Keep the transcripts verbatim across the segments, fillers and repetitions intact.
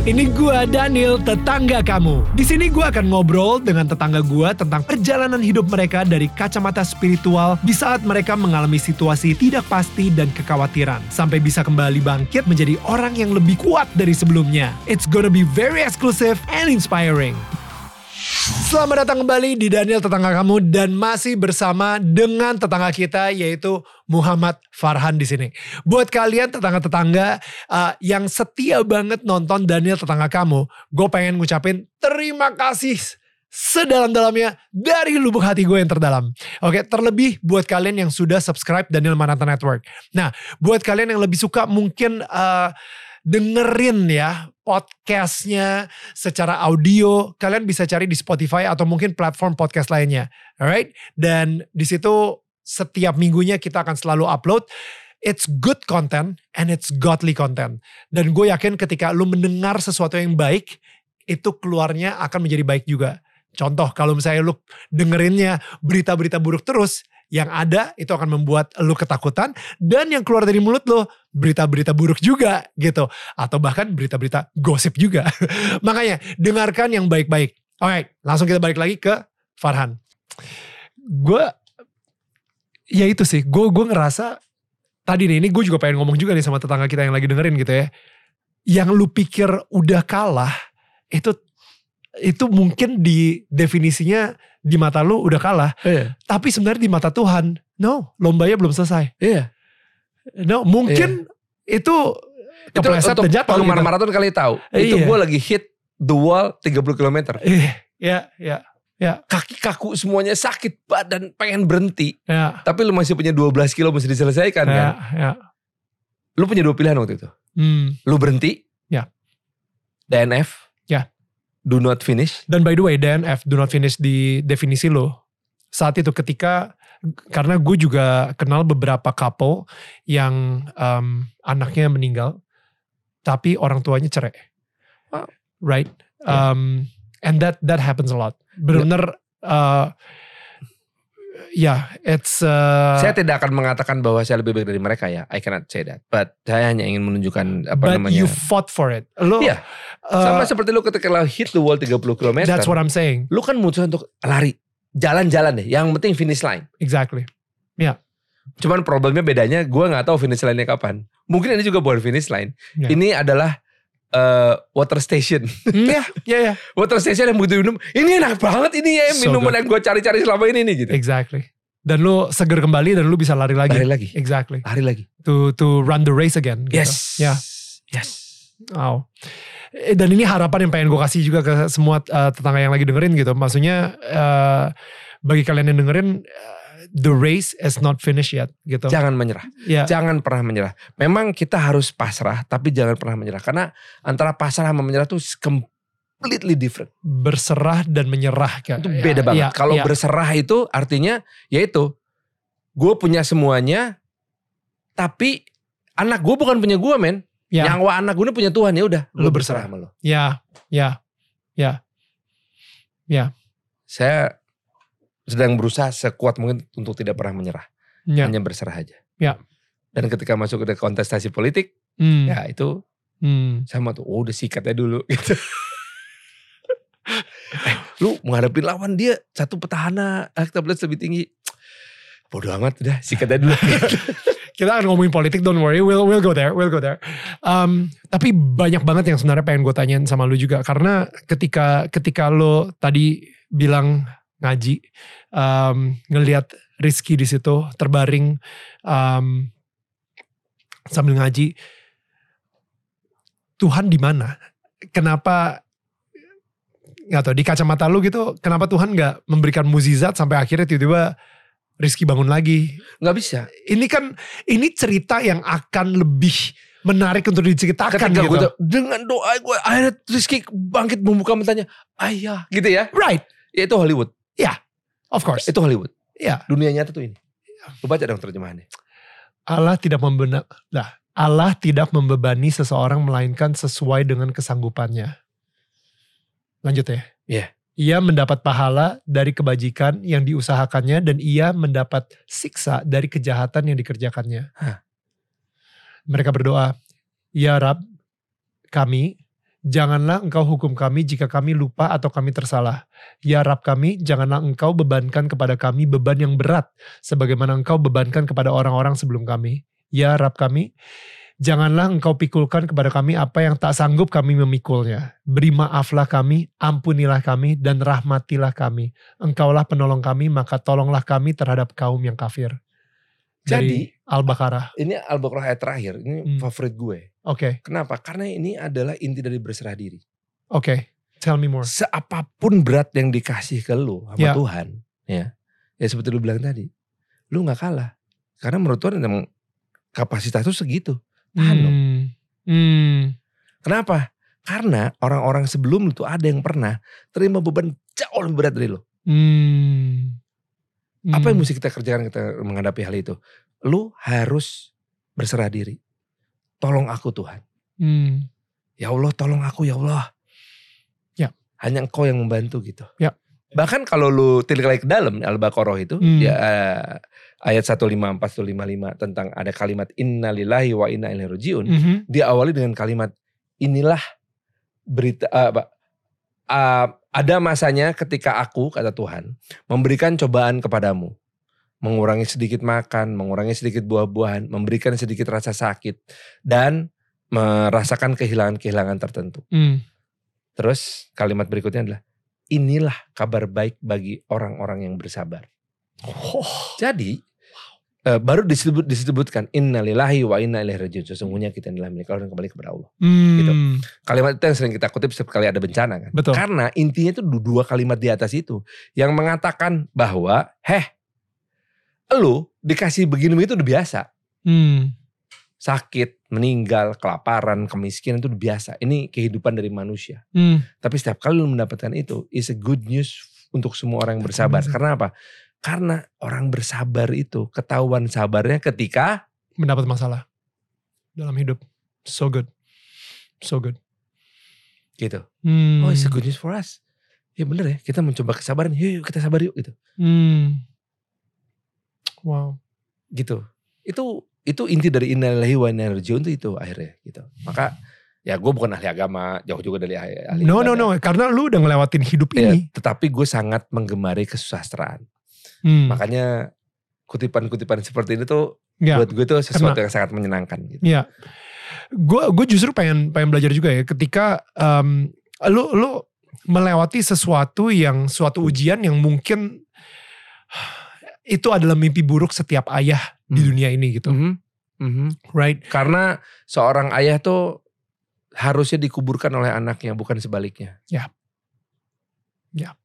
Ini gua Daniel, tetangga kamu. Di sini gua akan ngobrol dengan tetangga gua tentang perjalanan hidup mereka dari kacamata spiritual di saat mereka mengalami situasi tidak pasti dan kekhawatiran, sampai bisa kembali bangkit menjadi orang yang lebih kuat dari sebelumnya. It's gonna be very exclusive and inspiring. Selamat datang kembali di Daniel Tetangga Kamu, dan masih bersama dengan tetangga kita yaitu Muhammad Farhan di sini. Buat kalian tetangga-tetangga uh, yang setia banget nonton Daniel Tetangga Kamu, gue pengen ngucapin terima kasih sedalam-dalamnya dari lubuk hati gue yang terdalam. Oke, terlebih buat kalian yang sudah subscribe Daniel Mananta Network. Nah, buat kalian yang lebih suka mungkin uh, dengerin ya podcastnya secara audio, kalian bisa cari di Spotify atau mungkin platform podcast lainnya. Alright? Dan di situ setiap minggunya kita akan selalu upload. It's good content and it's godly content. Dan gue yakin ketika lu mendengar sesuatu yang baik, itu keluarnya akan menjadi baik juga. Contoh, kalau misalnya lu dengerinnya berita-berita buruk terus, yang ada itu akan membuat lu ketakutan, dan yang keluar dari mulut lu berita-berita buruk juga gitu, atau bahkan berita-berita gosip juga. Makanya dengarkan yang baik-baik. Alright, langsung kita balik lagi ke Farhan. Gue ya itu sih, gue gue ngerasa tadi nih, ini gue juga pengen ngomong juga nih sama tetangga kita yang lagi dengerin gitu ya. Yang lu pikir udah kalah, itu itu mungkin di definisinya di mata lu udah kalah. Iya. Tapi sebenarnya di mata Tuhan, no, lombanya belum selesai. Iya. No, mungkin iya. itu kepleset dan jatuh. Penggemar gitu. Maraton kali tahu. Itu iya. Gue lagi hit the wall tiga puluh kilometer. Iya, iya, iya. Ya. Kaki kaku semuanya sakit, badan pengen berhenti. Ya. Tapi lu masih punya dua belas kilo mesti diselesaikan ya, kan. Ya. Lu punya dua pilihan waktu itu. Hmm. Lu berhenti. Ya. D N F. Ya. Do not finish. Dan by the way, D N F, do not finish di definisi lo. Saat itu ketika, karena gue juga kenal beberapa couple yang um, anaknya meninggal, tapi orang tuanya cerai. Oh. Right? Um, yeah. And that that happens a lot. Benar-benar, uh, ya, yeah, it's... Uh, saya tidak akan mengatakan bahwa saya lebih baik dari mereka ya. I cannot say that. But saya hanya ingin menunjukkan apa but namanya. But you fought for it. Lo, yeah. Uh, sama seperti lu ketika lu hit the wall tiga puluh kilometer. That's what I'm saying. Lu kan muncul untuk lari. Jalan-jalan deh. Yang penting finish line. Exactly. Ya. Yeah. Cuman problemnya bedanya gue gak tahu finish line-nya kapan. Mungkin ini juga bukan finish line. Yeah. Ini adalah uh, water station. Iya. Iya. Yeah. Water station yang begitu minum. Ini enak banget ini ya. So minuman good. Yang gue cari-cari selama ini nih gitu. Exactly. Dan lu seger kembali dan lu bisa lari lagi. Lari lagi. Exactly. Lari lagi. To to run the race again. Gitu. Yes. Ya. Yeah. Yes. Wow. Dan ini harapan yang pengen gue kasih juga ke semua uh, tetangga yang lagi dengerin gitu. Maksudnya uh, bagi kalian yang dengerin, uh, the race is not finished yet gitu. Jangan menyerah. Yeah. Jangan pernah menyerah. Memang kita harus pasrah, tapi jangan pernah menyerah. Karena antara pasrah sama menyerah tuh completely different. Berserah dan menyerah. Itu beda ya, banget. Ya, Kalau ya. berserah itu artinya yaitu gue punya semuanya, tapi anak gue bukan punya gue men. Ya. Nyawa anak gue ini punya Tuhan, ya udah. Lu berserah sama lo. Ya, ya, ya, ya. Saya sedang berusaha sekuat mungkin untuk tidak pernah menyerah, ya. Hanya berserah aja. Ya. Dan ketika masuk ke kontestasi politik, hmm. ya itu hmm. sama tuh. Oh, udah sikatnya dulu. Gitu. eh, lu menghadapi lawan dia satu petahana elektabilitas lebih tinggi. Bodoh amat, udah sikatnya dulu. Kita akan ngomongin politik, don't worry, we'll we'll go there, we'll go there. Um, tapi banyak banget yang sebenarnya pengen gue tanyain sama lu juga, karena ketika ketika lo tadi bilang ngaji, um, ngelihat Rizky di situ terbaring um, sambil ngaji, Tuhan di mana? Kenapa? Nggak tahu, di kacamata lu gitu, kenapa Tuhan nggak memberikan mukjizat sampai akhirnya tiba-tiba Rizky bangun lagi? Gak bisa. Ini kan, ini cerita yang akan lebih menarik untuk diceritakan. Ketika gitu. Gue, dengan doa gue, akhirnya Rizky bangkit membuka matanya. Ayah, gitu ya. Right. Ya itu Hollywood. Ya, yeah, of course. Itu Hollywood. Ya. Yeah. Dunia nyata tuh ini. Lu baca dong terjemahannya. Allah tidak membenar, nah, Allah tidak membebani seseorang melainkan sesuai dengan kesanggupannya. Lanjut ya. Iya. Yeah. Ia mendapat pahala dari kebajikan yang diusahakannya, dan ia mendapat siksa dari kejahatan yang dikerjakannya. Huh. Mereka berdoa, Ya Rab, kami, Janganlah engkau hukum kami jika kami lupa atau kami tersalah. Ya Rabb kami, janganlah engkau bebankan kepada kami beban yang berat, sebagaimana engkau bebankan kepada orang-orang sebelum kami. Ya Rabb kami, janganlah engkau pikulkan kepada kami apa yang tak sanggup kami memikulnya. Beri maaflah kami, ampunilah kami, dan rahmatilah kami. Engkaulah penolong kami, maka tolonglah kami terhadap kaum yang kafir. Dari Jadi Al-Baqarah. Ini Al-Baqarah ayat terakhir, ini hmm. favorit gue. Oke. Okay. Kenapa? Karena ini adalah inti dari berserah diri. Oke, okay. Tell me more. Seapapun berat yang dikasih ke lu sama yeah. Tuhan, ya, ya seperti lu bilang tadi, lu nggak kalah. Karena menurut Tuhan memang kapasitas itu segitu. Tahan dong. Hmm. Hmm. Kenapa? Karena orang-orang sebelum lu tuh ada yang pernah terima beban jauh lebih berat dari lu. Hmm. Apa yang mesti kita kerjakan kita menghadapi hal itu? Lu harus berserah diri. Tolong aku Tuhan. Hmm. Ya Allah tolong aku ya Allah. Ya. Hanya engkau yang membantu gitu. Ya. Bahkan kalau lu tilik lagi ke dalam Al-Baqarah itu. Hmm. Ya uh, ayat seratus lima puluh empat, seratus lima puluh lima tentang ada kalimat innalillahi wa inna ilaihi rajiun. Mm-hmm. Diawali dengan kalimat inilah berita. Uh, uh, ada masanya ketika aku, kata Tuhan, memberikan cobaan kepadamu. Mengurangi sedikit makan, mengurangi sedikit buah-buahan, memberikan sedikit rasa sakit. Dan merasakan kehilangan-kehilangan tertentu. Mm. Terus kalimat berikutnya adalah, inilah kabar baik bagi orang-orang yang bersabar. Oh. Jadi, uh, baru disebut, disebutkan, innalillahi wa inna ilaihi rajiun. Sesungguhnya kita adalah milik Allah dan kembali kepada Allah. Mm. Gitu. Kalimat itu yang sering kita kutip setiap kali ada bencana kan. Betul. Karena intinya itu dua kalimat di atas itu. Yang mengatakan bahwa, heh, lu dikasih begini itu udah biasa. Hmm. Sakit, meninggal, kelaparan, kemiskinan itu udah biasa. Ini kehidupan dari manusia. Hmm. Tapi setiap kali lu mendapatkan itu, is a good news untuk semua orang yang bersabar. Hmm. Karena apa? Karena orang bersabar itu ketahuan sabarnya ketika mendapat masalah dalam hidup. So good. So good. Gitu. Hmm. Oh, it's a good news for us. Ya bener ya, kita mencoba kesabaran. Yuk, yuk kita sabar yuk gitu. Hmm. Wow. Gitu. Itu itu inti dari innalillahi wa inna ilaihi rajiun itu akhirnya gitu. Maka ya gue bukan ahli agama, jauh juga dari ahli No ibadah. no no, karena lu udah ngelewatin hidup ya, ini. Tetapi gue sangat menggemari kesusastraan. Hmm. Makanya kutipan-kutipan seperti ini tuh ya, buat gue tuh sesuatu karena, yang sangat menyenangkan gitu. Iya. Gue gue justru pengen pengen belajar juga ya ketika um, lu lu melewati sesuatu yang suatu ujian yang mungkin itu adalah mimpi buruk setiap ayah hmm. di dunia ini gitu. Mm-hmm. Mm-hmm. Right? Karena seorang ayah tuh harusnya dikuburkan oleh anaknya, bukan sebaliknya. Ya. Ya.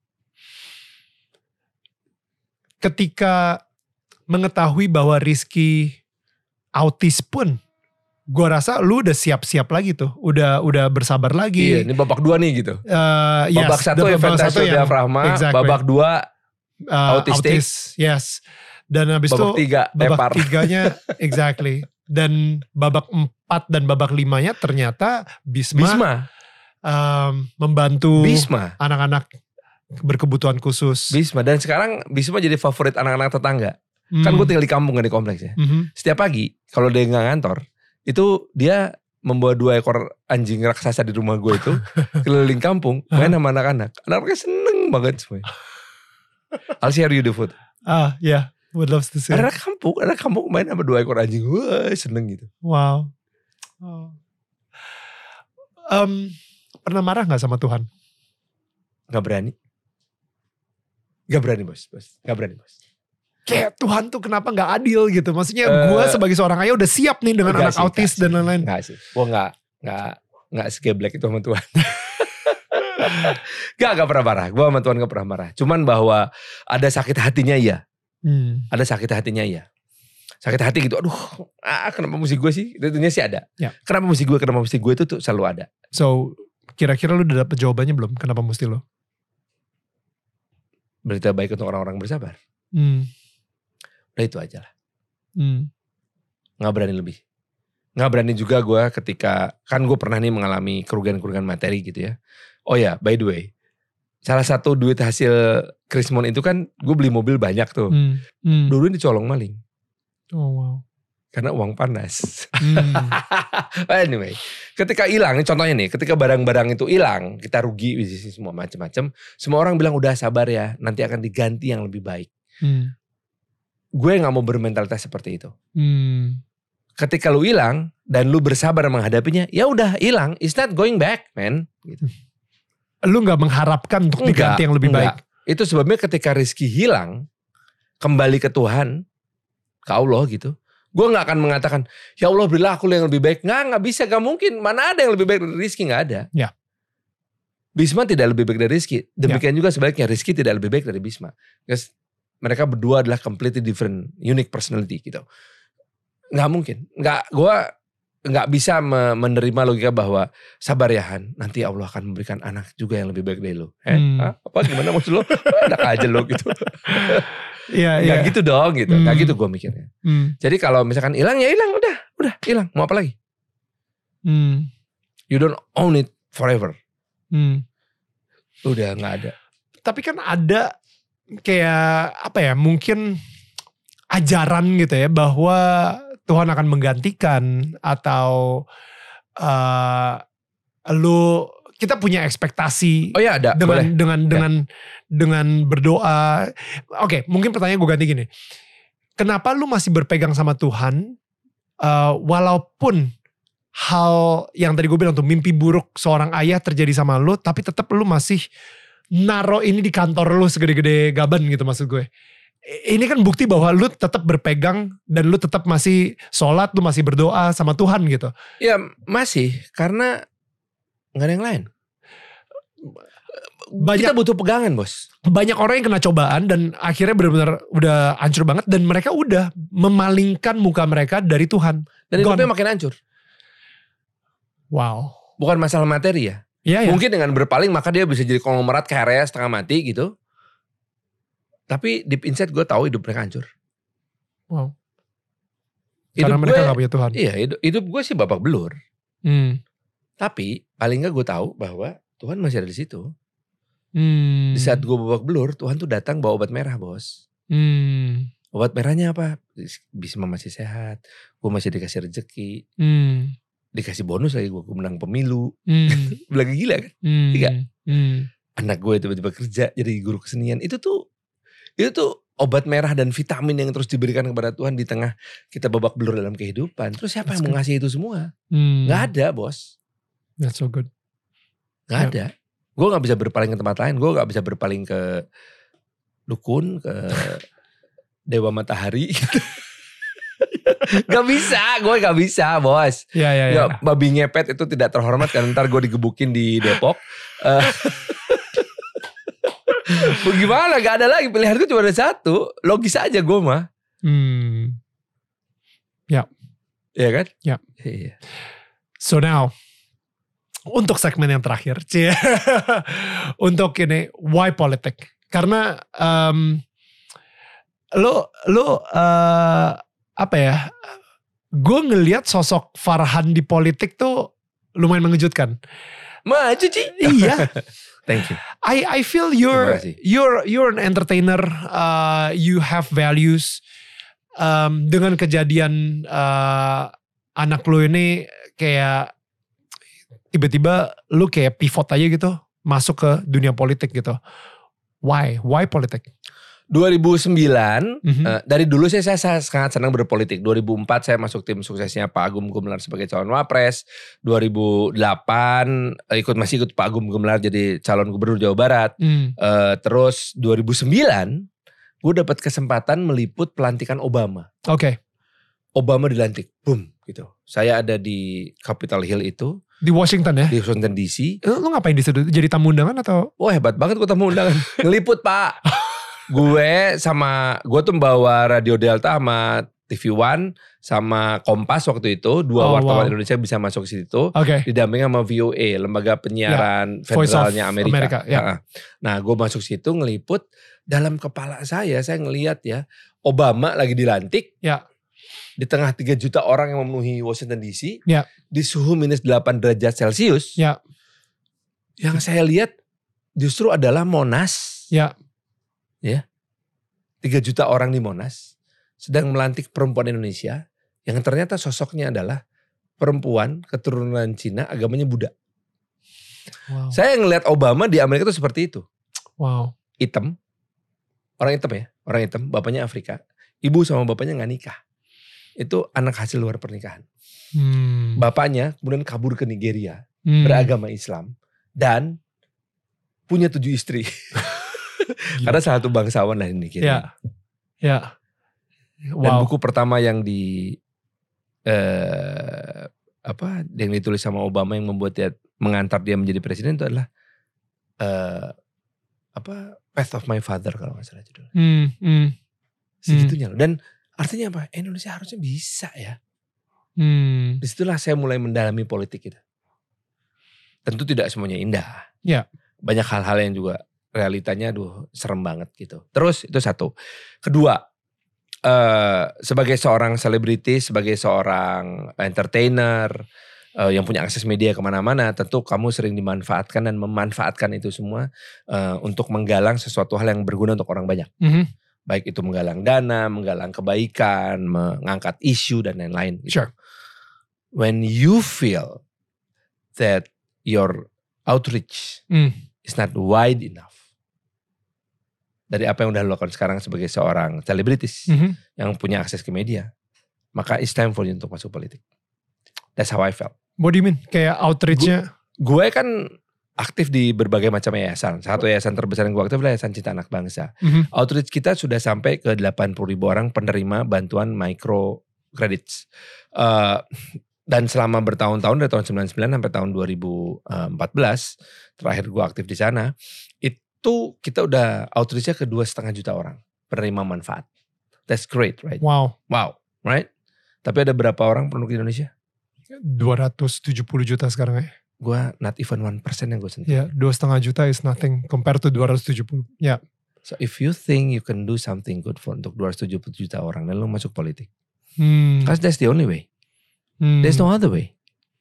Ketika mengetahui bahwa Rizky autis pun, gue rasa lu udah siap-siap lagi tuh. Udah udah bersabar lagi. Iya, ini babak dua nih gitu. Uh, yes, babak satu Evantasio Diafragma, exactly. Babak dua Uh, autistik, autis, yes. Dan habis babak itu tiga, babak epar. tiganya, exactly. Dan babak empat dan babak limanya ternyata Bisma, Bisma. Um, membantu Bisma. anak-anak berkebutuhan khusus. Bisma, dan sekarang Bisma jadi favorit anak-anak tetangga. Hmm. Kan gue tinggal di kampung, gak di kompleks ya. Hmm. Setiap pagi kalau dia gak ngantor, itu dia membawa dua ekor anjing raksasa di rumah gue itu keliling kampung, main sama anak-anak. Anak-anaknya seneng banget semuanya. I'll share you the food. Ah, yeah. Would love to see. Ada kampung, ada kampung main sama dua ekor anjing. Wah, seneng gitu. Wow. Oh. Um, pernah marah gak sama Tuhan? Gak berani. Gak berani bos. bos. Gak berani bos. Kayak Tuhan tuh kenapa gak adil gitu. Maksudnya uh, gue sebagai seorang ayah udah siap nih dengan anak sih, autis dan lain-lain. Gak sih. Gue gak, gak, gak segeblek itu sama Tuhan. Gak, gak pernah marah. Gue sama Tuhan gak pernah marah. Cuman bahwa ada sakit hatinya iya. Hmm. Ada sakit hatinya iya. Sakit hati gitu. Aduh, ah, kenapa mesti gue sih? Tentunya sih ada. Ya. Kenapa mesti gue? Kenapa mesti gue itu tuh selalu ada. So, kira-kira lu udah dapet jawabannya belum? Kenapa mesti lo? Berita baik untuk orang-orang bersabar. Hmm. Udah itu aja lah. Hmm. Gak berani lebih. Gak berani juga gue ketika, kan gue pernah nih mengalami kerugian-kerugian materi gitu ya. Oh ya, by the way, salah satu duit hasil Krismon itu kan gue beli mobil banyak tuh. Hmm. Hmm. Dulu dicolong maling. Oh wow. Karena uang panas. Hmm. Anyway, ketika hilang, contohnya nih, ketika barang-barang itu hilang, kita rugi, semua macam-macam. Semua orang bilang udah sabar ya, nanti akan diganti yang lebih baik. Hmm. Gue nggak mau bermentalitas seperti itu. Hmm. Ketika lu hilang dan lu bersabar menghadapinya, ya udah hilang, it's not going back, man. Gitu. Lu nggak mengharapkan untuk diganti yang lebih enggak. baik. Itu sebabnya ketika rezeki hilang, kembali ke Tuhan, ke Allah gitu. Gue gak akan mengatakan, ya Allah berilah aku yang lebih baik. Nggak, gak bisa, gak mungkin. Mana ada yang lebih baik dari Rizky, gak ada. Ya. Bisma tidak lebih baik dari Rizky. Demikian ya. Juga sebaliknya, Rizky tidak lebih baik dari Bisma. Because mereka berdua adalah completely different, unique personality gitu. Gak mungkin. Gak, gue gak bisa menerima logika bahwa sabar ya Han, nanti Allah akan memberikan anak juga yang lebih baik dari lo. Eh, hmm. Hah? Apa gimana maksud lo? Enak aja lo gitu. Iya, Gak iya. gitu dong gitu. Hmm. Gak gitu gue mikirnya. Hmm. Jadi kalau misalkan hilang ya hilang, udah, udah hilang. Mau apa lagi? Hmm. You don't own it forever. Hmm. Udah gak ada. Tapi kan ada kayak apa ya? Mungkin ajaran gitu ya bahwa Tuhan akan menggantikan atau uh, lu kita punya ekspektasi. Oh ya ada. Dengan boleh. dengan ya. dengan dengan berdoa. Oke, mungkin pertanyaan gue ganti gini. Kenapa lu masih berpegang sama Tuhan uh, walaupun hal yang tadi gue bilang tuh mimpi buruk seorang ayah terjadi sama lu, tapi tetap lu masih naro ini di kantor lu segede-gede gaban gitu maksud gue. Ini kan bukti bahwa lu tetap berpegang dan lu tetap masih sholat, lu masih berdoa sama Tuhan gitu. Ya masih, karena gak ada yang lain. Banyak, kita butuh pegangan bos. Banyak orang yang kena cobaan dan akhirnya benar-benar udah hancur banget. Dan mereka udah memalingkan muka mereka dari Tuhan. Dan hidupnya makin hancur. Wow. Bukan masalah materi ya. Ya, ya. Mungkin dengan berpaling maka dia bisa jadi konglomerat kaya setengah mati gitu. Tapi deep inside gue tahu hidup mereka hancur. Wow. Hidup Karena mereka gue, gak punya Tuhan. Iya hidup, hidup gue sih babak belur. Hmm. Tapi paling gak gue tahu bahwa Tuhan masih ada di situ. Hmm. Di saat gue babak belur, Tuhan tuh datang bawa obat merah bos. Hmm. Obat merahnya apa? Bisma masih sehat. Gue masih dikasih rezeki. Hmm. Dikasih bonus lagi gue, gue menang pemilu. Hmm. Lagi gila kan? Hmm. Tiga. Hmm. Anak gue tiba-tiba kerja jadi guru kesenian. Itu tuh Itu tuh obat merah dan vitamin yang terus diberikan kepada Tuhan di tengah kita babak belur dalam kehidupan. Terus siapa That's yang mau ngasih itu semua? Hmm. Gak ada bos. That's so good. Gak yeah. ada. Gue gak bisa berpaling ke tempat lain. Gue gak bisa berpaling ke dukun, ke Dewa Matahari. Gak bisa, gue gak bisa bos. Ya, ya, ya. Babi ngepet itu tidak terhormat kan ntar gue digebukin di Depok. Uh, Bagaimana gak ada lagi, pilihan itu cuma ada satu. Logis aja gue mah. Hmm. Ya. Iya kan? Ya. Iya. So now, untuk segmen yang terakhir, cie, untuk ini why politik? Karena um, lo lo uh, apa ya? Gue ngelihat sosok Farhan di politik tuh lumayan mengejutkan. Maju Ci. Iya. Thank you. I I feel you're you're you're an entertainer. Uh, you have values. Um, dengan kejadian uh, anak lu ini kayak tiba-tiba lu kayak pivot aja gitu, masuk ke dunia politik gitu. Why? Why politik? dua ribu sembilan Mm-hmm. uh, dari dulu saya, saya saya sangat senang berpolitik. dua ribu empat saya masuk tim suksesnya Pak Agung Gumelar sebagai calon wapres. dua ribu delapan uh, ikut masih ikut Pak Agung Gumelar jadi calon gubernur Jawa Barat. Mm. Uh, terus dua ribu sembilan gue dapat kesempatan meliput pelantikan Obama. Oke. Okay. Obama dilantik, boom gitu. Saya ada di Capitol Hill itu. Di Washington ya? Di Washington D C. Lu, lu ngapain di situ? Jadi tamu undangan atau? Wah hebat banget gue tamu undangan. Ngeliput Pak. Gue sama, gue tuh membawa Radio Delta sama T V One sama Kompas waktu itu. Dua oh, wartawan wow. Indonesia bisa masuk ke situ. Okay. Didampingi sama V O A, lembaga penyiaran yeah. federalnya Amerika. Amerika yeah. Nah gue masuk situ ngeliput. Dalam kepala saya, saya ngelihat ya. Obama lagi dilantik. Yeah. Di tengah tiga juta orang yang memenuhi Washington D C. Yeah. Di suhu minus delapan derajat Celcius. Yeah. Yang saya lihat justru adalah Monas. Ya. Ya. tiga juta orang di Monas sedang melantik perempuan Indonesia yang ternyata sosoknya adalah perempuan keturunan Cina, agamanya Buddha. Wow. Saya ngelihat Obama di Amerika itu seperti itu. Wow. Hitam, orang hitam ya, orang hitam, bapaknya Afrika, ibu sama bapaknya nggak nikah. Itu anak hasil luar pernikahan. Hmm. Bapaknya kemudian kabur ke Nigeria, Hmm. beragama Islam dan punya tujuh istri. Karena salah satu bangsawan lah di Nigeria. Ya, ya. Wow. Dan buku pertama yang di eh, apa yang ditulis sama Obama yang membuat dia mengantar dia menjadi presiden itu adalah eh, apa Path of My Father kalau nggak salah judulnya. Hmm, hmm, Segitunya loh. Dan artinya apa? Indonesia harusnya bisa ya. hmm. Disitulah saya mulai mendalami politik itu. Tentu tidak semuanya indah. Ya. Banyak hal-hal yang juga realitanya aduh serem banget gitu. Terus itu satu. Kedua. Uh, sebagai seorang selebriti, sebagai seorang entertainer uh, yang punya akses media kemana-mana, tentu kamu sering dimanfaatkan dan memanfaatkan itu semua uh, untuk menggalang sesuatu hal yang berguna untuk orang banyak. Mm-hmm. Baik itu menggalang dana, menggalang kebaikan, mengangkat isu dan lain-lain. Gitu. Sure. When you feel that your outreach mm. is not wide enough, dari apa yang udah lo lakukan sekarang sebagai seorang selebritis mm-hmm. yang punya akses ke media, maka it's time for you untuk masuk politik. That's how I felt. What do you mean? Kayak outreach-nya? Gue kan aktif di berbagai macam yayasan. Satu yayasan terbesar yang gue aktif adalah Yayasan Cinta Anak Bangsa. Mm-hmm. Outreach kita sudah sampai ke delapan puluh ribu orang penerima bantuan micro credits. Uh, dan selama bertahun-tahun dari tahun sembilan puluh sembilan sampai tahun dua ribu empat belas, terakhir gue aktif di sana, itu kita udah outreach-nya ke dua setengah juta orang penerima manfaat. That's great, right? Wow. Wow, right? Tapi ada berapa orang penduduk di Indonesia? dua ratus tujuh puluh juta sekarang ya. Gue not even one persen yang gue sentuh. Ya, dua setengah juta is nothing compared to dua ratus tujuh puluh. Ya. Yeah. So if you think you can do something good for untuk dua ratus tujuh puluh juta orang, dan lo masuk politik. Hmm. Because that's the only way. Hmm. There's no other way.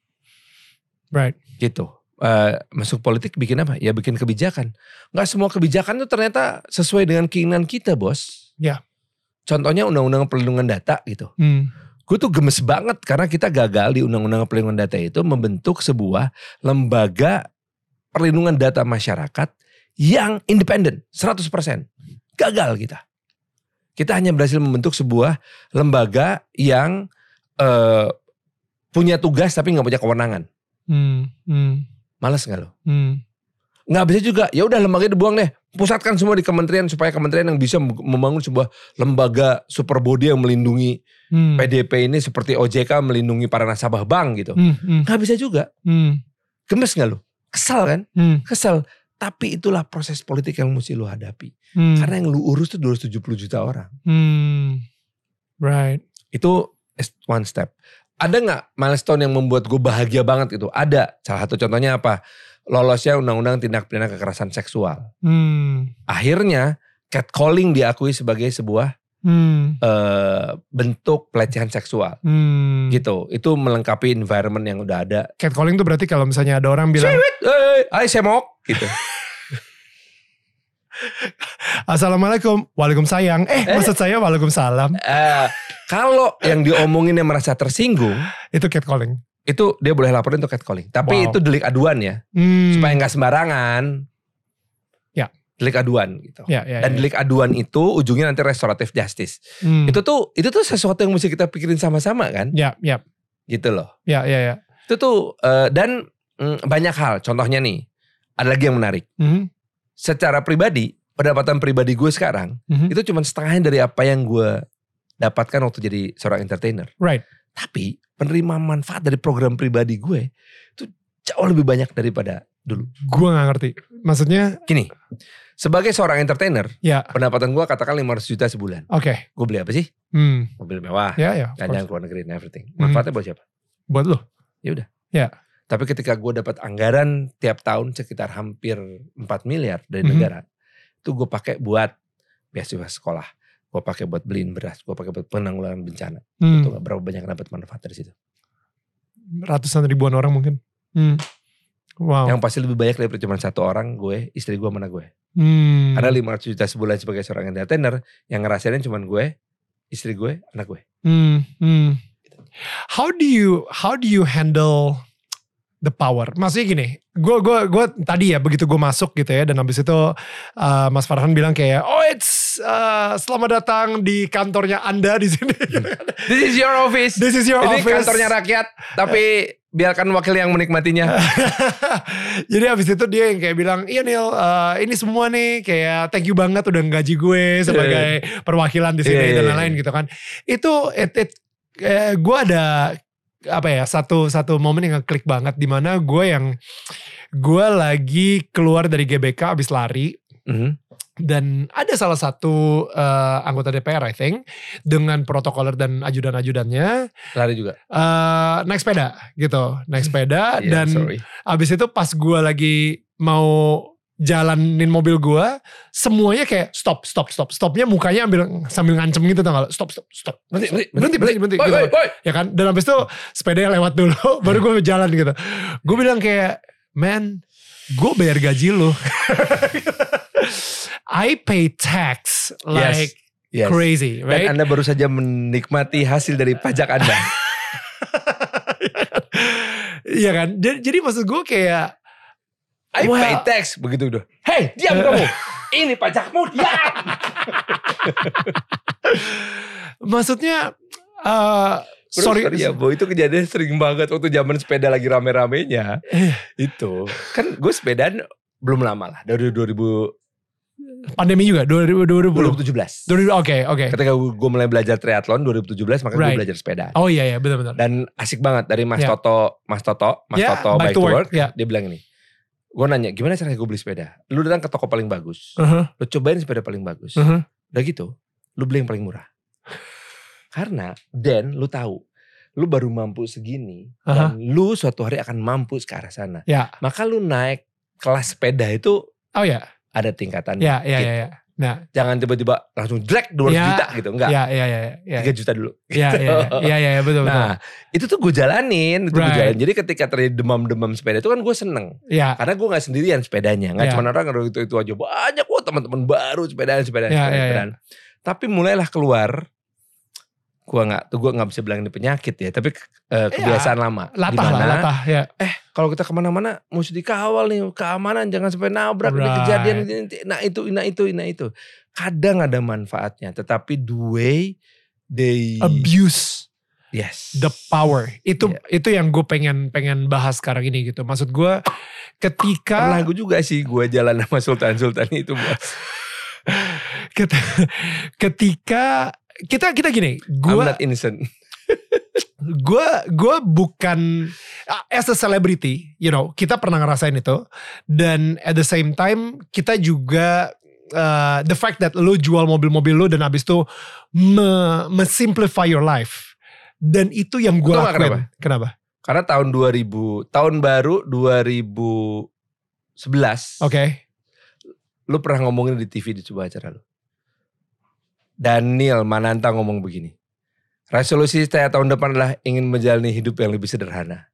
Right. Gitu. Uh, masuk politik bikin apa? Ya bikin kebijakan. Gak semua kebijakan itu ternyata sesuai dengan keinginan kita, bos. Ya. Yeah. Contohnya undang-undang perlindungan data gitu. Hmm. Gue tuh gemes banget karena kita gagal di undang-undang perlindungan data itu membentuk sebuah lembaga perlindungan data masyarakat yang independen, seratus persen. Gagal kita. Kita hanya berhasil membentuk sebuah lembaga yang uh, punya tugas tapi gak punya kewenangan. Hmm. Hmm. Males gak lo? Hmm. Nggak bisa juga. Ya udah lembaganya dibuang deh. Pusatkan semua di kementerian supaya kementerian yang bisa membangun sebuah lembaga super body yang melindungi hmm. P D P ini seperti O J K melindungi para nasabah bank gitu. Hmm. Hmm. Nggak bisa juga. Hmm. Gemes nggak lo? Kesal kan? Hmm. Kesal. Tapi itulah proses politik yang mesti lo hadapi. Hmm. Karena yang lo urus tuh dua ratus tujuh puluh juta orang. Hmm. Right. Itu one step. Ada nggak milestone yang membuat gue bahagia banget gitu? Ada. Salah satu contohnya apa? Lolosnya undang-undang tindak pidana kekerasan seksual. Hmm. Akhirnya catcalling diakui sebagai sebuah hmm. uh, bentuk pelecehan seksual. Hmm. Gitu. Itu melengkapi environment yang udah ada. Catcalling itu berarti kalau misalnya ada orang bilang, hey, hai semok gitu. Assalamualaikum, waalaikumsalam. Eh, eh maksud saya waalaikumsalam. Uh, kalau yang diomongin yang merasa tersinggung, itu catcalling. Itu dia boleh laporin untuk catcalling. Tapi wow. itu delik aduan ya. Hmm. Supaya gak sembarangan. Ya. Delik aduan gitu. Ya, ya, Dan ya. delik aduan itu ujungnya nanti restoratif justice. Hmm. Itu tuh itu tuh sesuatu yang mesti kita pikirin sama-sama kan. Ya, ya. Gitu loh. Ya, ya, ya. Itu tuh uh, dan mm, banyak hal. Contohnya nih. Ada lagi yang menarik. Hmm. Secara pribadi, pendapatan pribadi gue sekarang. Hmm. Itu cuma setengahnya dari apa yang gue dapatkan waktu jadi seorang entertainer. Right. Tapi penerima manfaat dari program pribadi gue itu jauh lebih banyak daripada dulu. Gue gak ngerti. Maksudnya? Gini, sebagai seorang entertainer, ya. pendapatan gue katakan lima ratus juta sebulan. Oke. Okay. Gue beli apa sih? Hmm. Mobil mewah, ya, ya, jalan-jalan ke luar negeri and everything. Manfaatnya hmm. buat siapa? Buat lo. Ya udah. Ya. Tapi ketika gue dapat anggaran tiap tahun sekitar hampir empat miliar dari mm-hmm. negara, itu gue pakai buat beasiswa sekolah. Gue pakai buat beliin beras, gue pakai buat penanggulangan bencana. Hmm. Itu gak berapa banyak dapat manfaat dari situ. Ratusan ribuan orang mungkin. Hmm. Wow. Yang pasti lebih banyak daripada cuma satu orang, gue, istri gue, mana gue. Hmm. Karena lima ratus juta sebulan sebagai seorang entertainer, yang ngerasain cuma gue, istri gue, anak gue. Hmm. Hmm. How do you how do you handle the power? Maksudnya gini, gue gue gue tadi ya begitu gue masuk gitu ya, dan habis itu uh, Mas Farhan bilang kayak, oh it's uh, selamat datang di kantornya Anda di sini. This is your office. This is your Ini office. Ini kantornya rakyat, tapi biarkan wakil yang menikmatinya. Jadi habis itu dia yang kayak bilang, iya Neil, uh, ini semua nih kayak thank you banget udah gaji gue sebagai yeah. perwakilan di sini yeah, dan lain-lain yeah. gitu kan. Itu it, it, eh, gue ada apa ya satu satu momen yang ngeklik banget, di mana gue yang gue lagi keluar dari G B K abis lari. Mm-hmm. Dan ada salah satu uh, anggota D P R I think dengan protokoler dan ajudan-ajudannya lari juga uh, naik sepeda gitu naik sepeda yeah, dan sorry. Abis itu pas gue lagi mau jalanin mobil gue, semuanya kayak stop stop stop stopnya mukanya ambil sambil ngancem gitu, tau gak? Stop stop stop berhenti berhenti berhenti berhenti, berhenti boy, gitu. boy, boy. Ya kan, dan abis itu sepedanya lewat dulu baru gue jalan gitu. Gue bilang kayak, man, gue bayar gaji lo. I pay tax like yes, yes. crazy, right? Dan Anda baru saja menikmati hasil dari pajak Anda. Iya kan? Jadi, jadi maksud gue kayak, I well, pay tax, begitu udah. Hey, diam kamu. Ini pajakmu, diam. Maksudnya, uh, sorry, sorry ya, Bo, itu kejadian sering banget waktu zaman sepeda lagi rame-ramenya. Itu kan gue sepedaan belum lama lah, dari dua ribu pandemi juga dua ribu dua ribu tujuh belas. Oke okay, oke. Okay. Ketika gue mulai belajar triathlon dua ribu tujuh belas, maka right. gue belajar sepeda. Oh iya iya benar-benar. Dan asik banget dari Mas yeah. Toto, Mas Toto, Mas yeah, Toto Bike to Work. work yeah. Dia bilang ini, gue nanya gimana caranya gue beli sepeda? Lu datang ke toko paling bagus, uh-huh. lu cobain sepeda paling bagus. Uh-huh. Udah gitu, lu beli yang paling murah. Karena dan lu tahu, lu baru mampu segini, uh-huh. dan lu suatu hari akan mampu ke arah sana. Yeah. Maka lu naik kelas sepeda itu, oh ya. Yeah. Ada tingkatannya. Ya, ya, gitu. ya, ya. Nah, jangan tiba-tiba langsung drag dua ratus ya, juta gitu, enggak. Iya, iya, iya, ya. tiga juta dulu. Iya, iya, iya, iya, betul, betul. Nah, itu tuh gue jalanin, itu right. gue jalanin. Jadi ketika terjadi demam-demam sepeda itu kan gue seneng. Iya. Karena gue gak sendirian sepedanya, gak ya. Cuma orang itu-itu aja. Banyak kok teman-teman baru sepedaan, sepedaan, ya, sepedaan. Ya, ya. Tapi mulailah keluar, gue gak, tuh gue gak bisa bilang ini penyakit ya, tapi uh, kebiasaan ya, lama. Latah dimana, lah, latah ya. Eh kalau kita kemana-mana mesti dikawal nih, keamanan jangan sampai nabrak, right. kejadian, nah itu, nah itu, nah itu. Kadang ada manfaatnya, tetapi the way they abuse yes. the power. Itu yeah. itu yang gue pengen pengen bahas sekarang ini gitu. Maksud gue ketika pernah gue juga sih gue jalan sama sultan-sultan itu mas. ketika kita kita gini, gue I'm not innocent. Gue gue bukan as a celebrity, you know, kita pernah ngerasain itu, dan at the same time kita juga uh, the fact that lu jual mobil-mobil lu dan abis itu me, me simplify your life, dan itu yang gue lakuin. Kenapa? Kenapa? Karena tahun dua ribu tahun baru dua ribu sebelas. Oke. Okay. Lu pernah ngomongin di T V di sebuah acara lu. Daniel Mananta ngomong begini. Resolusi saya tahun depan adalah ingin menjalani hidup yang lebih sederhana.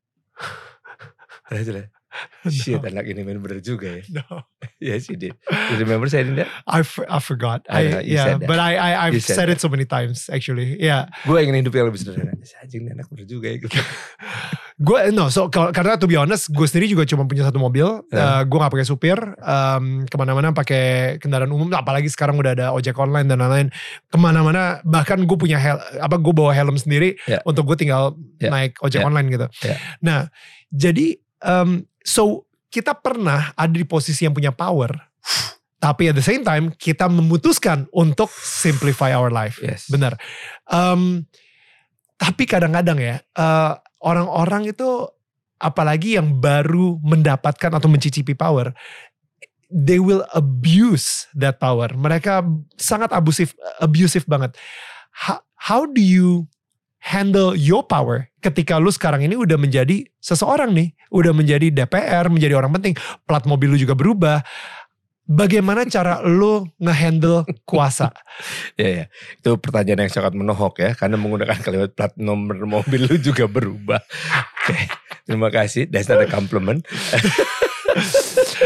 no. Shit, anak ini main bener juga ya. No. Yes, you did. You remember saying that? I, I forgot. I, know, I, yeah, but I, I I've said, said it so many times actually. Yeah. Gue ingin hidup yang lebih sederhana. Anjing anak bener juga ya. Gue no, so karena to be honest, gue sendiri juga cuma punya satu mobil. Yeah. Uh, gue nggak pakai supir. Um, kemana-mana pakai kendaraan umum. Apalagi sekarang udah ada ojek online dan lain-lain. Kemana-mana, bahkan gue punya hel, apa gue bawa helm sendiri yeah. untuk gue tinggal yeah. naik ojek yeah. online gitu. Yeah. Nah, jadi um, so kita pernah ada di posisi yang punya power, tapi at the same time kita memutuskan untuk simplify our life. Yes. Benar. Um, tapi kadang-kadang ya uh, orang-orang itu apalagi yang baru mendapatkan atau mencicipi power, they will abuse that power. Mereka sangat abusive, abusive banget. How, how do you handle your power ketika lu sekarang ini udah menjadi seseorang nih, udah menjadi D P R, menjadi orang penting, plat mobil lu juga berubah. Bagaimana cara lu ngehandle kuasa? Ya ya, itu pertanyaan yang sangat menohok ya, karena menggunakan kalimat plat nomor mobil lu juga berubah. Oke, terima kasih, that's not a compliment.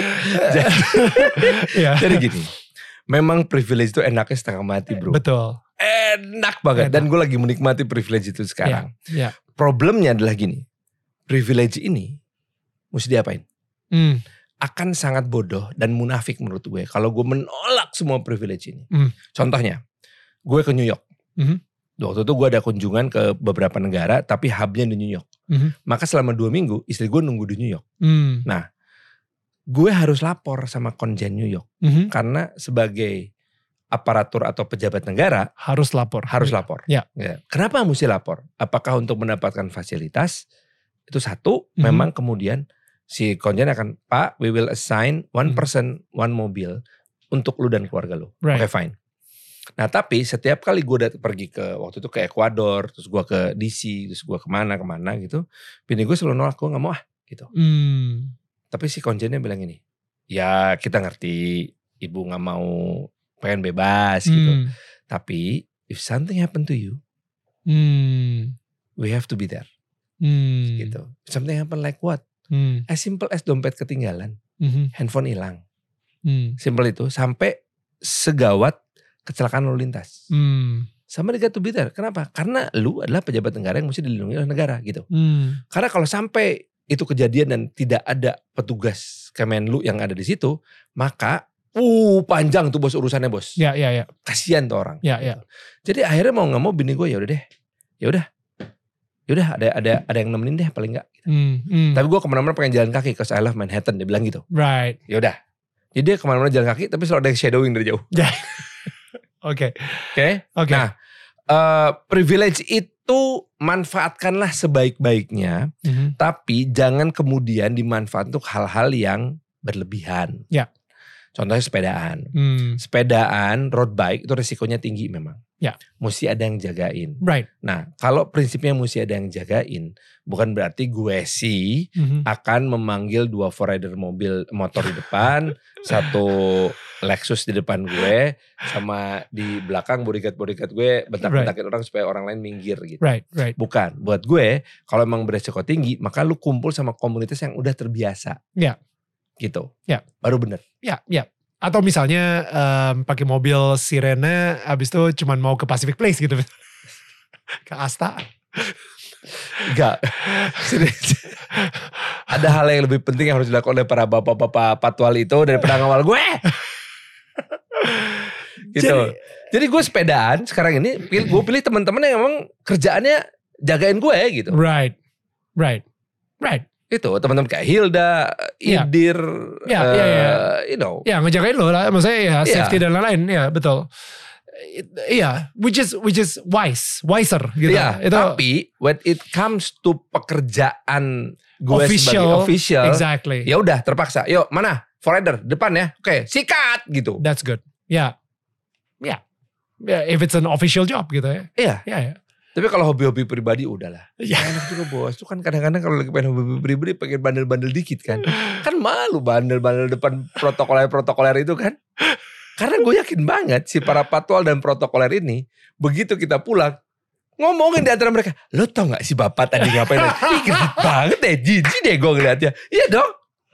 jadi, yeah. jadi gini, memang privilege itu enaknya setengah mati bro. Betul. enak banget. Enak. Dan gue lagi menikmati privilege itu sekarang. Yeah, yeah. Problemnya adalah gini, privilege ini mesti diapain? Hmm. Akan sangat bodoh dan munafik menurut gue kalau gue menolak semua privilege ini. Hmm. Contohnya, gue ke New York. Hmm. Waktu itu gue ada kunjungan ke beberapa negara, tapi hubnya di New York. Hmm. Maka selama dua minggu istri gue nunggu di New York. Hmm. Nah, gue harus lapor sama konjen New York. Hmm. Karena sebagai aparatur atau pejabat negara harus lapor. Harus lapor. Ya. Ya. Kenapa mesti lapor? Apakah untuk mendapatkan fasilitas? Itu satu, hmm. memang kemudian si konjen akan, Pak, we will assign one person, one mobil untuk lu dan keluarga lu. Right. Oke, okay, fine. Nah tapi setiap kali gue udah pergi ke, waktu itu ke Ekuador, terus gue ke D C, terus gue kemana-kemana gitu. Bini gue selalu nolak, gue gak mau ah gitu. Hmm. Tapi si konjennya bilang ini, ya kita ngerti ibu gak mau, pengen bebas hmm. gitu. Tapi if something happen to you, hmm. we have to be there. Hmm. Gitu. Something happen like what? Hmm. As simple as dompet ketinggalan, mm-hmm. handphone hilang, hmm. simple itu. Sampai segawat kecelakaan lalu lintas, hmm. sama dia to be there. Kenapa? Karena lu adalah pejabat negara yang mesti dilindungi oleh negara gitu. Hmm. Karena kalau sampai itu kejadian dan tidak ada petugas Kemenlu yang ada di situ, maka uh panjang tuh bos urusannya bos. Ya ya ya. Kasian tuh orang. Ya gitu. ya. Jadi akhirnya mau nggak mau bini gue ya udah deh, ya udah. Yaudah ada ada ada yang nemenin deh paling enggak. Gitu. Mm, mm. Tapi gue kemana-mana pengen jalan kaki cause I love Manhattan, dia bilang gitu. Right. Yaudah. Jadi dia kemana-mana jalan kaki tapi selalu ada yang shadowing dari jauh. Oke. Oke. Oke. Nah uh, privilege itu manfaatkanlah sebaik-baiknya, mm-hmm. tapi jangan kemudian dimanfaatkan untuk hal-hal yang berlebihan. Ya. Yeah. Contohnya sepedaan. Mm. Sepedaan, road bike itu resikonya tinggi memang. Ya. Mesti ada yang jagain. Right. Nah kalau prinsipnya mesti ada yang jagain, bukan berarti gue sih mm-hmm. akan memanggil dua four-rider mobil motor di depan, satu Lexus di depan gue, sama di belakang bodyguard-bodyguard gue bentak-bentakin right. orang supaya orang lain minggir gitu. Right, right. Bukan. Buat gue, kalau emang beresiko tinggi, maka lu kumpul sama komunitas yang udah terbiasa. Ya. Gitu. Ya. Baru bener. Ya, ya. Atau misalnya um, pakai mobil sirene, abis itu cuman mau ke Pacific Place gitu. Ke Asta. Enggak. Ada hal yang lebih penting yang harus dilakukan oleh para bapak-bapak patwal itu daripada ngawal gue. Gitu. Jadi, Jadi gue sepedaan sekarang ini, gue pilih teman-teman yang emang kerjaannya jagain gue gitu. Right. Right. Right. Itu teman-teman kayak Hilda, Idir, ya, ya, uh, ya, ya. you know. Ya ngejagain lo lah, maksudnya ya safety ya. Dan lain-lain, ya betul. Iya, which is which is wise, wiser gitu. Ya, itu, tapi when it comes to pekerjaan gue official, sebagai official, exactly. Ya udah terpaksa. Yuk mana, four-rider depan ya, oke, okay, sikat gitu. That's good. Ya, yeah. ya, yeah. If it's an official job gitu ya. Iya, ya, ya. Tapi kalau hobi-hobi pribadi udahlah. Ya. Enak juga bos. Itu kan kadang-kadang kalau lagi pengen hobi pribadi pengen bandel-bandel dikit kan. Kan malu bandel-bandel depan protokoler-protokoler itu kan. Karena gue yakin banget si para patwal dan protokoler ini, begitu kita pulang, ngomongin di antara mereka, lo tau gak si bapak tadi ngapain? Ih gerak banget deh, jijik deh gue ngeliatnya. Iya dong.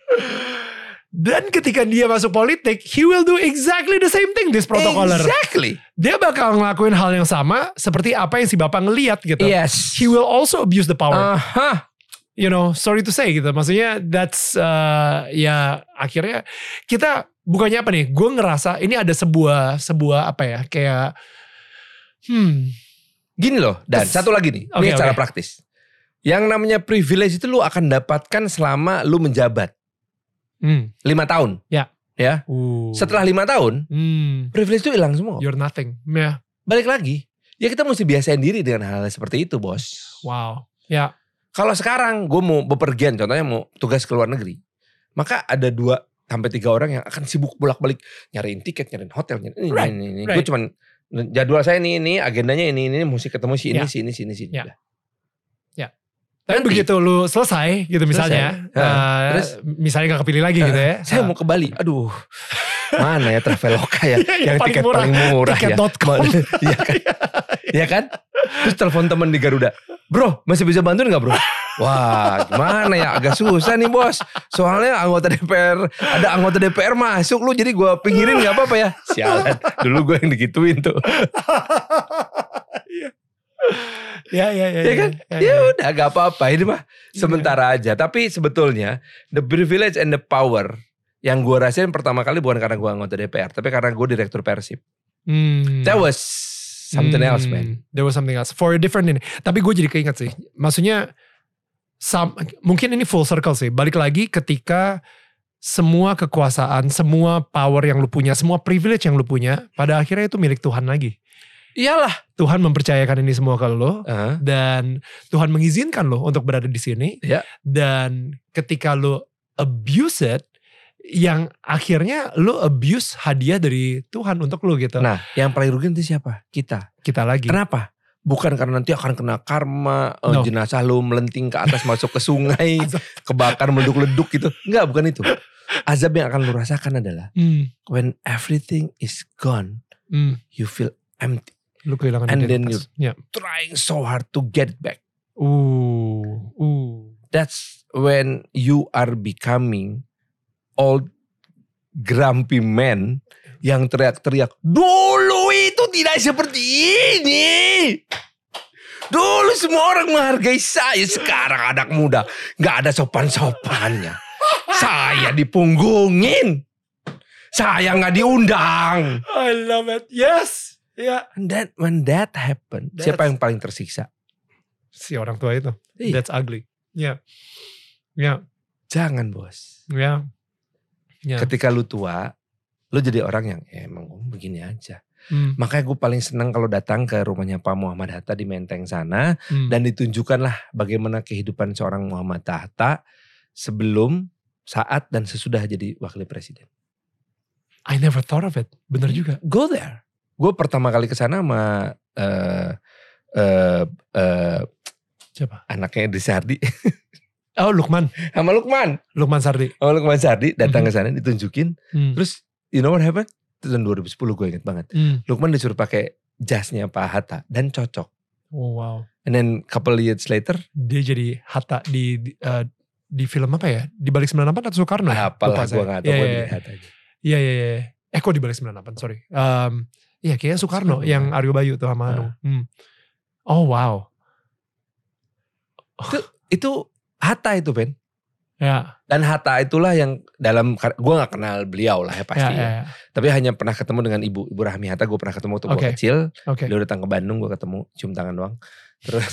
Dan ketika dia masuk politik, he will do exactly the same thing, this protocoler. Exactly. Dia bakal ngelakuin hal yang sama seperti apa yang si bapak ngeliat gitu. Yes. He will also abuse the power. Uh-huh. You know, sorry to say gitu. Maksudnya that's, uh, ya akhirnya kita, bukannya apa nih, gue ngerasa ini ada sebuah, sebuah apa ya, kayak, hmm. Gini loh, dan Terus, satu lagi nih, okay, ini cara okay. praktis. Yang namanya privilege itu lu akan dapatkan selama lu menjabat. Hmm. Lima tahun. Ya. Ya. Uh. Setelah lima tahun, hmm. privilege itu hilang semua. You're nothing. Ya. Balik lagi. Ya kita mesti biasain diri dengan hal-hal seperti itu bos. Wow. Ya. Kalau sekarang gue mau bepergian, contohnya mau tugas ke luar negeri. Maka ada dua sampai tiga orang yang akan sibuk bolak-balik. Nyariin tiket, nyariin hotel. Nyariin ini, right. ini, ini. Right. Gue cuman, jadwal saya ini, ini, agendanya ini, ini. Mesti ketemu si ini, ya. si ini, si ini, si ini. Ya. Tapi nanti, begitu lu selesai gitu misalnya, selesai. Uh, Terus, misalnya gak kepilih lagi uh, gitu ya. Saya uh. mau ke Bali, aduh. Mana ya Traveloka ya, yang paling tiket murah. paling murah Tiket ya. dot com. Iya kan? Iya kan? Terus telepon temen di Garuda. Bro, masih bisa bantuin gak bro? Wah, gimana ya? Agak susah nih bos. Soalnya anggota D P R, ada anggota D P R masuk lu, jadi gue pinggirin gak apa-apa ya. Sialan, dulu gue yang digituin tuh. Ya, ya, ya. Ya kan? Ya, Ya ya. udah gak apa-apa, ini mah sementara aja. Tapi sebetulnya the privilege and the power yang gue rasain pertama kali bukan karena gue anggota D P R, tapi karena gue direktur Persib. Hmm. That was something Hmm. else, man. There was something else for a different ini. Tapi gue jadi keinget sih. Maksudnya sam, mungkin ini full circle sih. Balik lagi ketika semua kekuasaan, semua power yang lu punya, semua privilege yang lu punya, pada akhirnya itu milik Tuhan lagi. Iyalah. Tuhan mempercayakan ini semua ke lo, Uh-huh. dan Tuhan mengizinkan lo untuk berada di sini. Ya. Dan ketika lo abuse it, yang akhirnya lo abuse hadiah dari Tuhan untuk lo gitu. Nah, yang paling rugi itu siapa? Kita. Kita lagi. Kenapa? Bukan karena nanti akan kena karma, no. jenazah lu melenting ke atas masuk ke sungai, kebakar meleduk-leduk gitu. Enggak, bukan itu. Azab yang akan lu rasakan adalah mm. when everything is gone, mm. you feel empty. Lu kehilangan and then you yeah. trying so hard to get back. Ooh, ooh. That's when you are becoming old grumpy man yang teriak-teriak, dulu itu tidak seperti ini. Dulu semua orang menghargai saya, sekarang anak muda gak ada sopan-sopannya. Saya dipunggungin, saya gak diundang. I love it, yes. Yeah. And that, when that happen, That's, siapa yang paling tersiksa? Si orang tua itu. Iya. That's ugly. Ya, yeah. ya. Yeah. Jangan bos. Ya. Yeah. Yeah. Ketika lu tua, lu jadi orang yang ya emang begini aja. Hmm. Makanya gue paling senang kalau datang ke rumahnya Pak Muhammad Hatta di Menteng sana. Hmm. Dan ditunjukkanlah bagaimana kehidupan seorang Muhammad Hatta sebelum, saat, dan sesudah jadi wakil presiden. I never thought of it. Bener juga. Go there. Gue pertama kali kesana sama uh, uh, uh, siapa? Anaknya Idris Sardi. Oh, Lukman. Sama Lukman. Lukman Sardi. Oh, Lukman Sardi datang mm-hmm. ke sana ditunjukin. Mm. Terus you know what happened? Itu tahun dua ribu sepuluh gue inget banget. Mm. Lukman disuruh pakai jasnya Pak Hatta dan cocok. Oh wow. And then couple years later dia jadi Hatta di di, uh, di film apa ya? Di Balik sembilan puluh delapan atau Soekarno? Ah, apalah gue gak tau. Gue di Hatta aja. Iya iya iya. Eh kok di Balik sembilan puluh delapan? Sorry. Um, Iya kayaknya Soekarno, Soekarno yang Aryo Bayu tuh sama Anu. Uh. Hmm. Oh wow. Itu, itu Hatta itu Ben. Ya. Dan Hatta itulah yang dalam, gue gak kenal beliau lah ya pasti ya, ya, ya. Tapi hanya pernah ketemu dengan ibu, Ibu Rahmi Hatta. Gue pernah ketemu waktu okay. gue kecil. Okay. Dia datang ke Bandung, gue ketemu, cium tangan doang. Terus,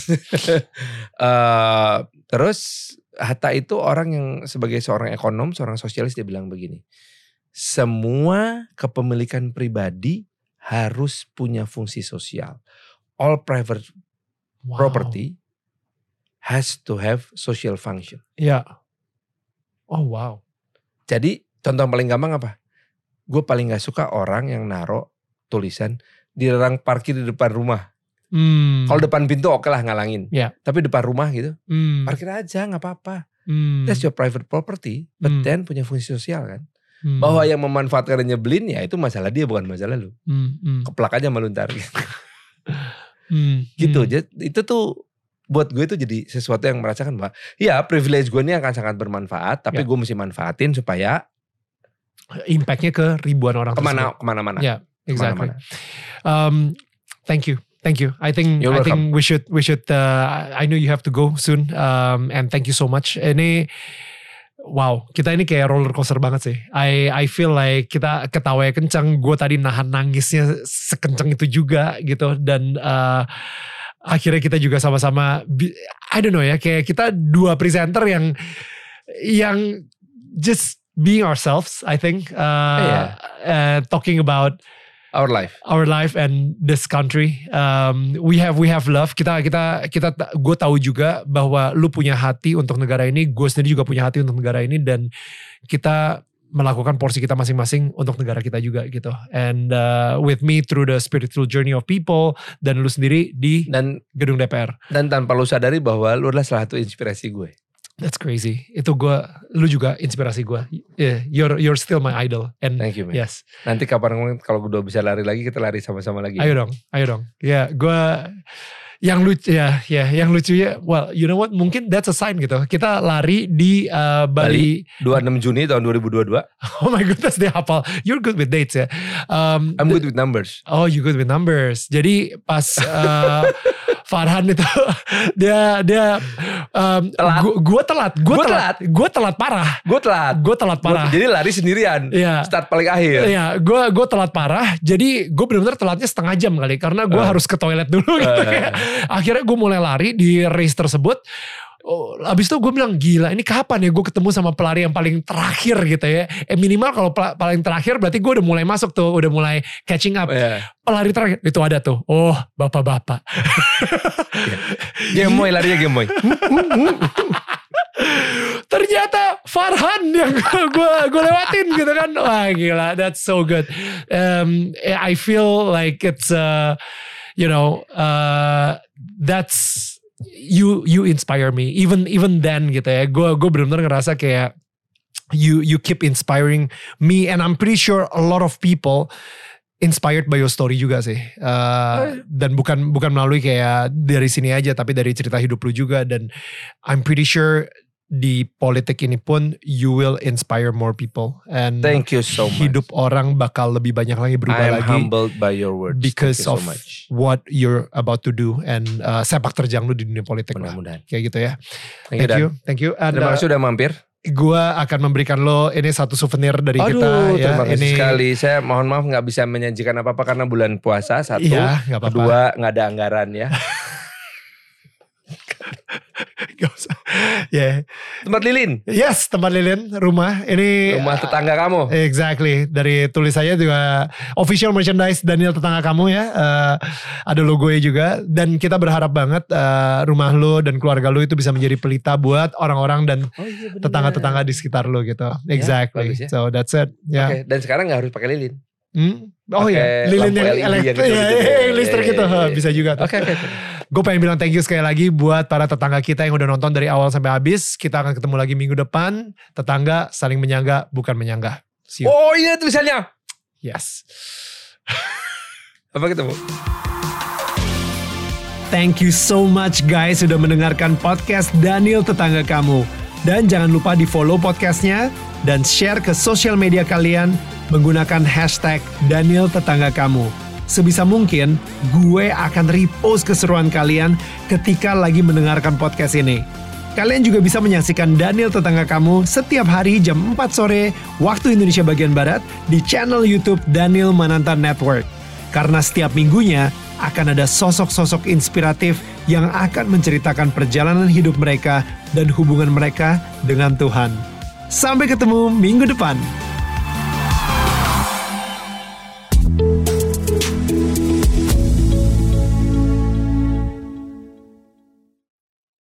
uh, terus Hatta itu orang yang sebagai seorang ekonom, seorang sosialis, dia bilang begini. Semua kepemilikan pribadi harus punya fungsi sosial. All private wow. property has to have social function. Ya. Oh wow. Jadi contoh paling gampang apa? Gue paling gak suka orang yang naro tulisan dilarang parkir di depan rumah. Hmm. Kalau depan pintu oke lah ngalangin. Yeah. Tapi depan rumah gitu, hmm. parkir aja gak apa-apa. Hmm. That's your private property, but hmm. then punya fungsi sosial kan. Hmm. Bahwa yang memanfaatkan dan nyebelin ya itu masalah dia, bukan masalah lu. Hmm. Hmm. Keplak aja meluntar gitu. hmm. Gitu aja. Hmm. Itu tuh buat gue itu jadi sesuatu yang merasakan bahwa ya privilege gue ini akan sangat bermanfaat, tapi ya. gue mesti manfaatin supaya impactnya ke ribuan orang kemana kemana-mana. Ya, yeah, exactly. Kemana-mana. Um, thank you. Thank you. I think You're I welcome. think we should we should. Uh, I know you have to go soon. Um, and thank you so much. Ini wow, kita ini kayak roller coaster banget sih. I I feel like kita ketawa kencang. Gue tadi nahan nangisnya sekencang itu juga gitu. Dan uh, akhirnya kita juga sama-sama, I don't know ya, kayak kita dua presenter yang yang just being ourselves. I think uh, yeah. uh, talking about our life, our life and this country. Um, we have we have love. Kita kita kita. Gue tahu juga bahwa lu punya hati untuk negara ini. Gue sendiri juga punya hati untuk negara ini, dan kita melakukan porsi kita masing-masing untuk negara kita juga gitu. And uh, with me through the spiritual journey of people, dan lu sendiri di dan gedung D P R. Dan tanpa lu sadari bahwa lu adalah salah satu inspirasi gue. That's crazy. Itu gue, lu juga inspirasi gue. Yeah, you're you're still my idol. And thank you, man. Yes. Nanti kapan kalau gue udah bisa lari lagi, kita lari sama-sama lagi. Ayo dong, ayo dong. Ya, yeah, gue yang lucu ya, ya, yang lucunya, well, you know what? Mungkin that's a sign gitu. Kita lari di uh, Bali. Bali dua puluh enam Juni tahun dua ribu dua puluh dua. Oh my goodness, dia hafal. You're good with dates ya. Um, I'm good with numbers. Oh, you good with numbers. Jadi pas uh, Farhan itu dia dia um, gue telat, gue telat, gue telat parah, gue telat, gue telat parah. Gua, jadi lari sendirian, yeah. Start paling akhir. Iya, yeah, gue gue telat parah. Jadi gue benar-benar telatnya setengah jam kali, karena gue uh. harus ke toilet dulu. Gitu, uh. ya. Akhirnya gue mulai lari di race tersebut. Oh, abis itu gue bilang gila ini kapan ya gue ketemu sama pelari yang paling terakhir gitu ya. Eh minimal kalau paling terakhir berarti gue udah mulai masuk tuh, udah mulai catching up. Yeah. Pelari terakhir itu ada tuh. Oh bapak-bapak. Gemoy larinya gemoy. Ternyata Farhan yang gue gue lewatin gitu kan. Wah gila, that's so good. Um, I feel like it's uh, you know uh, that's you you inspire me even even then gitu ya. Gue gue benar-benar ngerasa kayak you you keep inspiring me, and I'm pretty sure a lot of people inspired by your story juga sih. Uh, dan bukan bukan melalui kayak dari sini aja, tapi dari cerita hidup lu juga. Dan I'm pretty sure di politik ini pun you will inspire more people, and thank you so much. Hidup orang bakal lebih banyak lagi berubah I'm lagi. I'm humbled by your words because so of much. What you're about to do and uh, sepak terjang lu di dunia politik. Mudah-mudahan kayak gitu ya. Thank, thank you, you. thank you. And, terima kasih uh, udah mampir. Gua akan memberikan lo ini satu souvenir dari Aduh, kita. Ya, terima kasih ini sekali. Saya mohon maaf nggak bisa menyajikan apa-apa karena bulan puasa satu. Iya, gak apa-apa. Kedua nggak ada anggaran ya. Gak usah. Yeah. Tempat lilin. Yes, tempat lilin, rumah. Ini rumah tetangga kamu. Exactly. Dari tulis saya juga official merchandise Daniel tetangga kamu ya. Uh, ada logonya juga. Dan kita berharap banget uh, rumah lo dan keluarga lo itu bisa menjadi pelita buat orang-orang dan oh, iya tetangga-tetangga di sekitar lo gitu. Exactly. Ya, ya. So that's it. Ya. Oke. Okay. Dan sekarang gak harus pakai lilin. Hmm? Oh iya, lilin yang elektrik, ya, ya, listrik itu bisa juga tuh. Oke, okay, oke. Okay. Gue pengen bilang thank you sekali lagi buat para tetangga kita yang udah nonton dari awal sampai habis. Kita akan ketemu lagi minggu depan. Tetangga saling menyangga, bukan menyanggah. See you. Oh iya tulisannya. Yes. Apa ketemu? Thank you so much guys sudah mendengarkan podcast Daniel Tetangga Kamu. Dan jangan lupa di follow podcastnya dan share ke sosial media kalian menggunakan hashtag Daniel Tetangga Kamu. Sebisa mungkin gue akan repost keseruan kalian ketika lagi mendengarkan podcast ini. Kalian juga bisa menyaksikan Daniel Tetangga Kamu setiap hari jam empat sore waktu Indonesia bagian Barat di channel YouTube Daniel Mananta Network. Karena setiap minggunya akan ada sosok-sosok inspiratif yang akan menceritakan perjalanan hidup mereka dan hubungan mereka dengan Tuhan. Sampai ketemu minggu depan.